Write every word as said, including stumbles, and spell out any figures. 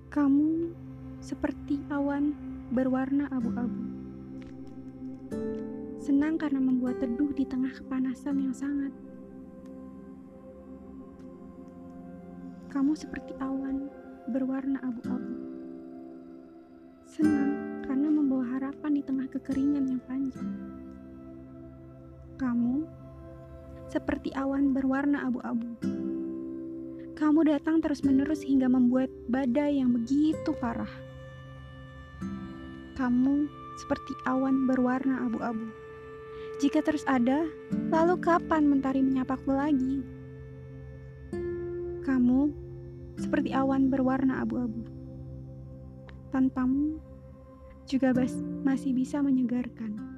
Kamu seperti awan berwarna abu-abu. Senang karena membuat teduh di tengah kepanasan yang sangat. Kamu seperti awan berwarna abu-abu. Senang karena membawa harapan di tengah kekeringan yang panjang. Kamu seperti awan berwarna abu-abu. Kamu datang terus-menerus hingga membuat badai yang begitu parah. Kamu seperti awan berwarna abu-abu. Jika terus ada, lalu kapan mentari menyapaku lagi? Kamu seperti awan berwarna abu-abu. Tanpamu juga bas- masih bisa menyegarkan.